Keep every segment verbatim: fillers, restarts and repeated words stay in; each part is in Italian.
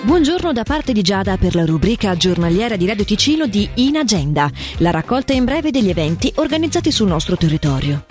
Buongiorno da parte di Giada per la rubrica giornaliera di Radio Ticino di In Agenda, la raccolta in breve degli eventi organizzati sul nostro territorio.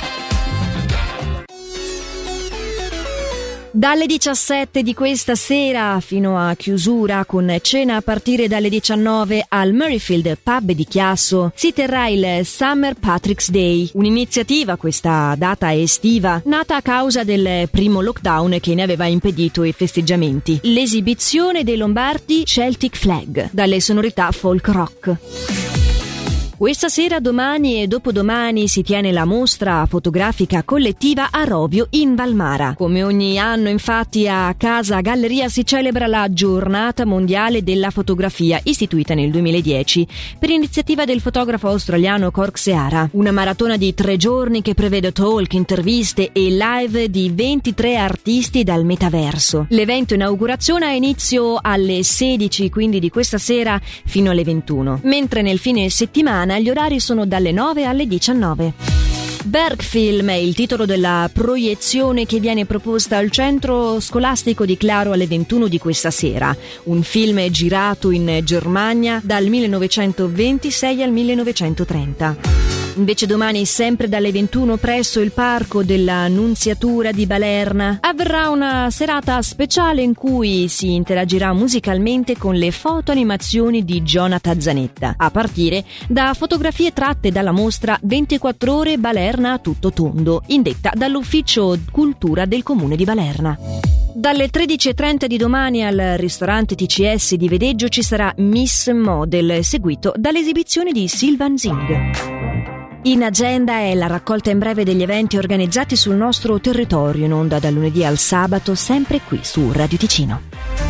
Dalle diciassette di questa sera fino a chiusura, con cena a partire dalle diciannove, al Murrayfield Pub di Chiasso si terrà il Summer Patrick's Day, un'iniziativa, questa data estiva, nata a causa del primo lockdown che ne aveva impedito i festeggiamenti. L'esibizione dei Lombardi Celtic Flag, dalle sonorità folk rock. Questa sera, domani e dopodomani si tiene la mostra fotografica collettiva a Rovio in Valmara. Come ogni anno, infatti, a Casa Galleria si celebra la Giornata Mondiale della Fotografia, istituita nel duemiladieci per iniziativa del fotografo australiano Cork Seara. Una maratona di tre giorni che prevede talk, interviste e live di ventitré artisti dal metaverso. L'evento inaugurazione ha inizio alle sedici, quindi di questa sera, fino alle ventuno, mentre nel fine settimana gli orari sono dalle nove alle diciannove. Bergfilm è il titolo della proiezione che viene proposta al centro scolastico di Claro alle ventuno di questa sera. Un film girato in Germania dal millenovecentoventisei al millenovecentotrenta. Invece domani, sempre dalle ventuno, presso il Parco della Nunziatura di Balerna, avverrà una serata speciale in cui si interagirà musicalmente con le fotoanimazioni di Jonathan Zanetta, a partire da fotografie tratte dalla mostra ventiquattro ore Balerna a tutto tondo, indetta dall'Ufficio Cultura del Comune di Balerna. Dalle tredici e trenta di domani al ristorante T C S di Vedeggio ci sarà Miss Model, seguito dall'esibizione di Silvan Zing. In Agenda è la raccolta in breve degli eventi organizzati sul nostro territorio, in onda dal lunedì al sabato, sempre qui su Radio Ticino.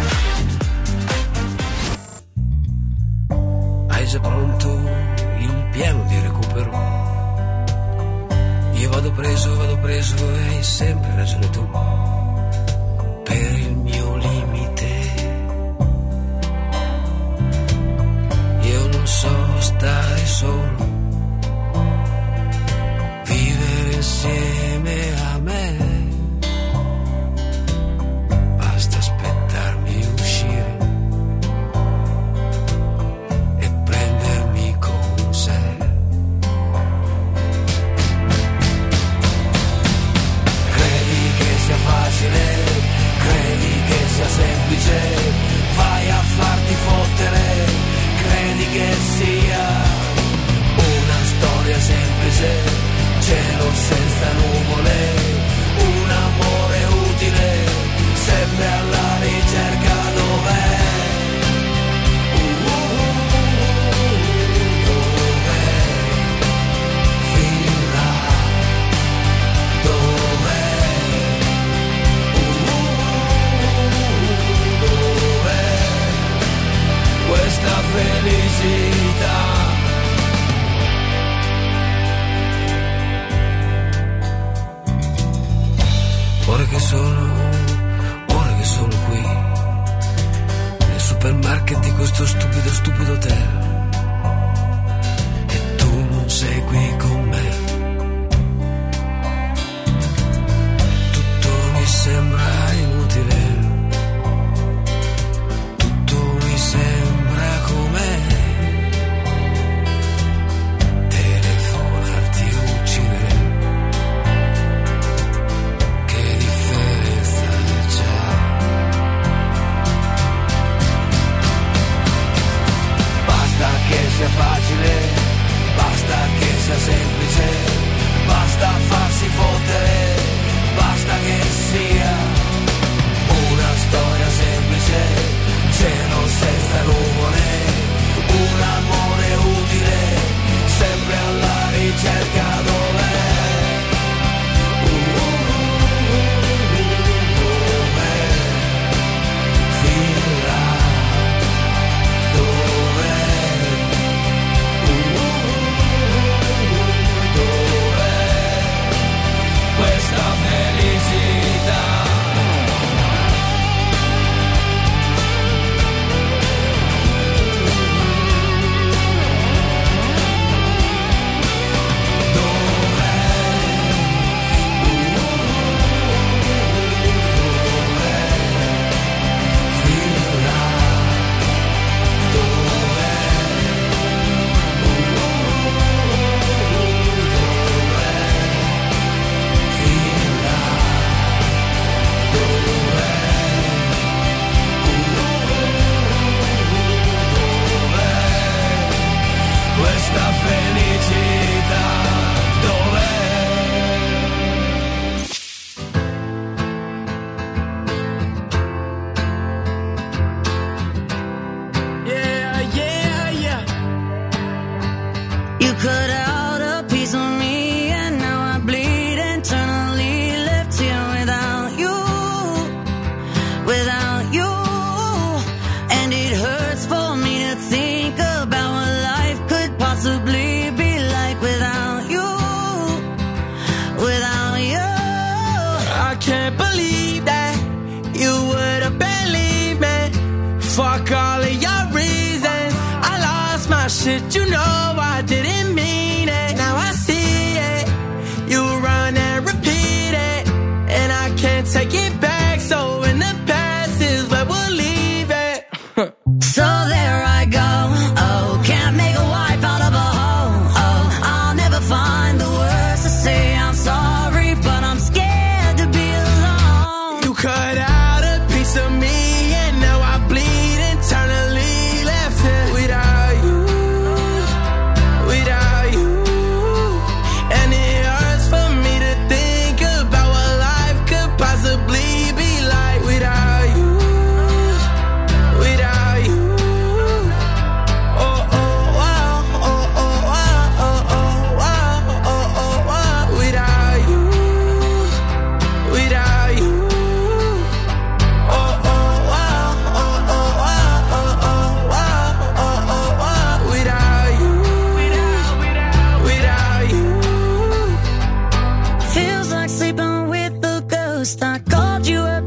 Hai già pronto il piano di recupero? Io vado preso, vado preso e hai sempre ragione tu. Per il mio limite io non so stare solo, vivere insieme a me, basta aspettarmi uscire e prendermi con sé. Credi che sia facile, credi che sia semplice, vai a farti fottere, credi che sia una storia semplice, cielo senza nuvole, un amore utile, sempre alla ricerca dov'è? Dov'è? Fin là, dov'è? Dov'è questa felicità? Ora che sono, ora che sono qui, nel supermarket di questo stupido, stupido hotel, e tu non sei qui con me, tutto mi sembra inutile, tutto mi sembra com'è, telefonarti e uccidere. Sia facile, basta che sia semplice. shit, you know I didn't mean it. Now I see it. You run and repeat it, and I can't take it back. So in the past is where we'll leave it. So there I go. Oh, can't make a wife out of a hoe. Oh, I'll never find the words to say I'm sorry, but I'm scared to be alone. You cut out a piece of me, and now I bleed internally. Left here without you, without you. And it hurts for me to think about what life could possibly be like without you, without you. Oh, oh, wow, oh, oh, wow, oh, oh, wow, oh, oh, wow. Without you, without you. Oh, oh, wow, oh, oh, wow, oh, oh, wow, oh, oh, wow. Without you, without you. Feels like sleeping with a ghost. I called you